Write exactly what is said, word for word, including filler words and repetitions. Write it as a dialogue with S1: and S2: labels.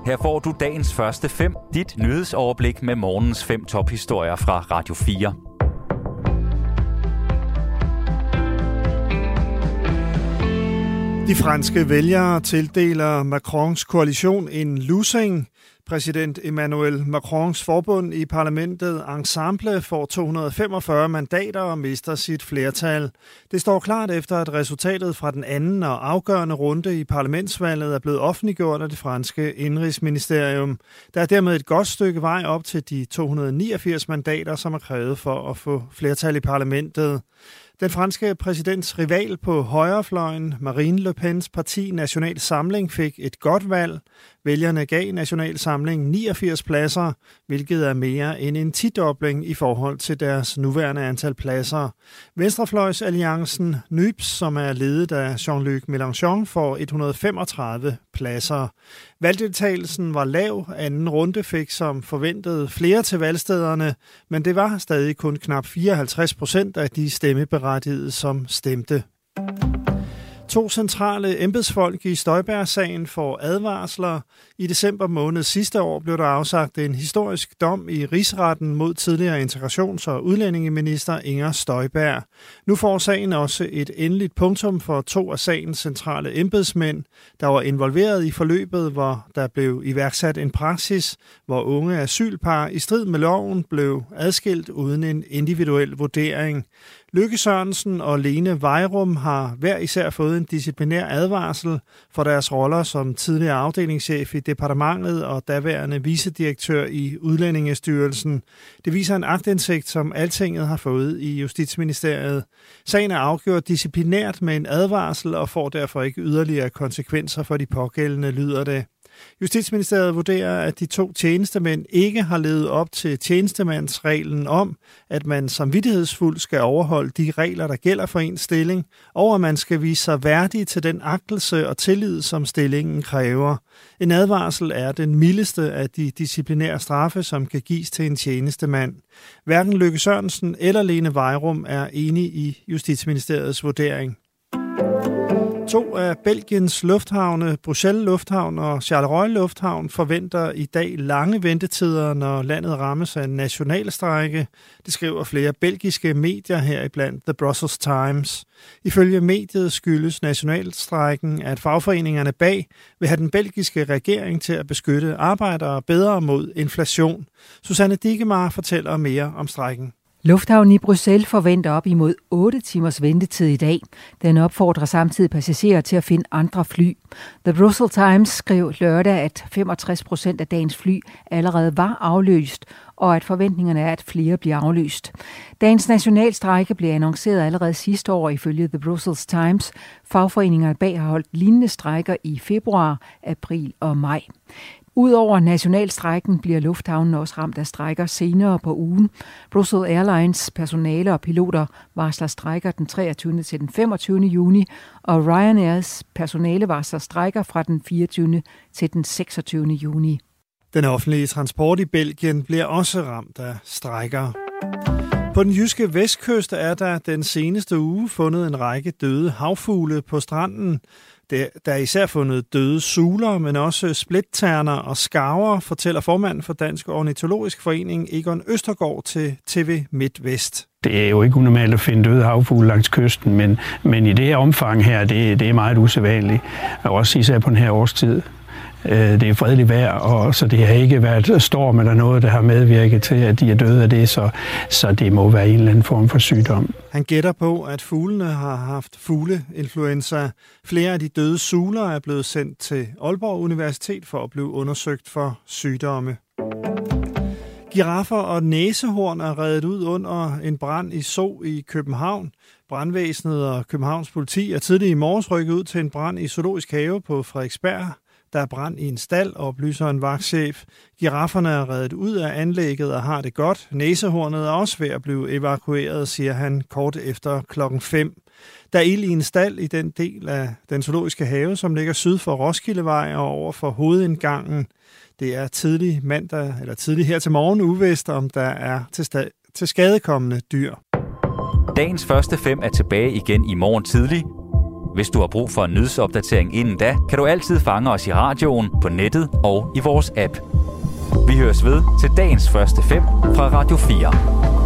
S1: Her får du dagens første fem, dit nyhedsoverblik med morgens fem tophistorier fra Radio fire.
S2: De franske vælgere tildeler Macrons koalition en losing. Præsident Emmanuel Macrons forbund i parlamentet Ensemble får to hundrede og femogfyrre mandater og mister sit flertal. Det står klart efter, at resultatet fra den anden og afgørende runde i parlamentsvalget er blevet offentliggjort af det franske indrigsministerium. Der er dermed et godt stykke vej op til de to hundrede og niogfirs mandater, som er krævet for at få flertal i parlamentet. Den franske præsidents rival på højrefløjen, Marine Le Pens parti National Samling, fik et godt valg. Vælgerne gav National Samling niogfirs pladser, hvilket er mere end en tidobling i forhold til deres nuværende antal pladser. Venstrefløjsalliancen N Y P S, som er ledet af Jean-Luc Mélenchon, får et hundrede og femogtredive pladser. Valgdeltagelsen var lav. Anden runde fik som forventet flere til valgstederne, men det var stadig kun knap fireoghalvtreds procent af de stemmeberettigede, som stemte. To centrale embedsfolk i Støjberg-sagen får advarsler. I december måned sidste år blev der afsagt en historisk dom i Rigsretten mod tidligere integrations- og udlændingeminister Inger Støjberg. Nu får sagen også et endeligt punktum for to af sagens centrale embedsmænd, der var involveret i forløbet, hvor der blev iværksat en praksis, hvor unge asylpar i strid med loven blev adskilt uden en individuel vurdering. Lykke Sørensen og Lene Vejrum har hver især fået en disciplinær advarsel for deres roller som tidligere afdelingschef i departementet og daværende vicedirektør i Udlændingestyrelsen. Det viser en aktindsigt, som Altinget har fået i Justitsministeriet. Sagen er afgjort disciplinært med en advarsel og får derfor ikke yderligere konsekvenser for de pågældende, lyder det. Justitsministeriet vurderer, at de to tjenestemænd ikke har levet op til tjenestemandsreglen om, at man samvittighedsfuldt skal overholde de regler, der gælder for ens stilling, og at man skal vise sig værdig til den agtelse og tillid, som stillingen kræver. En advarsel er den mildeste af de disciplinære straffe, som kan gives til en tjenestemand. Hverken Lykke Sørensen eller Lene Vejrum er enige i Justitsministeriets vurdering. To af Belgiens lufthavne, Bruxelles Lufthavn og Charleroi Lufthavn, forventer i dag lange ventetider, når landet rammes af en nationalstrejke. Det skriver flere belgiske medier, heriblandt The Brussels Times. Ifølge mediet skyldes nationalstrejken, at fagforeningerne bag vil have den belgiske regering til at beskytte arbejdere bedre mod inflation. Susanne Dikemar fortæller mere om strejken.
S3: Lufthavnen i Bruxelles forventer op imod otte timers ventetid i dag. Den opfordrer samtidig passagerer til at finde andre fly. The Brussels Times skrev lørdag, at femogtres procent af dagens fly allerede var afløst, og at forventningerne er, at flere bliver afløst. Dagens nationalstrejke blev annonceret allerede sidste år ifølge The Brussels Times. Fagforeningerne bag har holdt lignende strejker i februar, april og maj. Udover nationalstrejken bliver lufthavnen også ramt af strejker senere på ugen. Brussels Airlines personale og piloter varsler strejker den treogtyvende til den femogtyvende juni, og Ryanairs personale varsler strejker fra den fireogtyvende til den seksogtyvende juni.
S2: Den offentlige transport i Belgien bliver også ramt af strejker. På den jyske vestkyst er der den seneste uge fundet en række døde havfugle på stranden. Der er især fundet døde suler, men også splitterner og skarver, fortæller formanden for Dansk Ornitologisk Forening Egon Østergaard til T V MidtVest.
S4: Det er jo ikke unormalt at finde døde havfugle langs kysten, men, men i det her omfang her, det, det er meget usædvanligt, og også især på den her årstid. Det er fredeligt vejr, og så det har ikke været storm eller noget, der har medvirket til, at de er døde af det, så, så det må være en eller anden form for sygdom.
S2: Han gætter på, at fuglene har haft fugleinfluenza. Flere af de døde suler er blevet sendt til Aalborg Universitet for at blive undersøgt for sygdomme. Giraffer og næsehorn er reddet ud under en brand i Zoo i København. Brandvæsenet og Københavns politi er tidlig i morges rykket ud til en brand i Zoologisk Have på Frederiksberg. Der er brand i en stald, oplyser en vagtchef. Girafferne er reddet ud af anlægget og har det godt. Næsehornet er også ved at blive evakueret, siger han kort efter klokken fem. Der er ild i en stald i den del af den zoologiske have, som ligger syd for Roskildevej og over for hovedindgangen. Det er tidlig mandag, eller tidlig her til morgen, uvist, om der er til, sta- til skadekommende dyr.
S1: Dagens første fem er tilbage igen i morgen tidlig. Hvis du har brug for en nyhedsopdatering inden da, kan du altid fange os i radioen, på nettet og i vores app. Vi høres ved til dagens første fem fra Radio fire.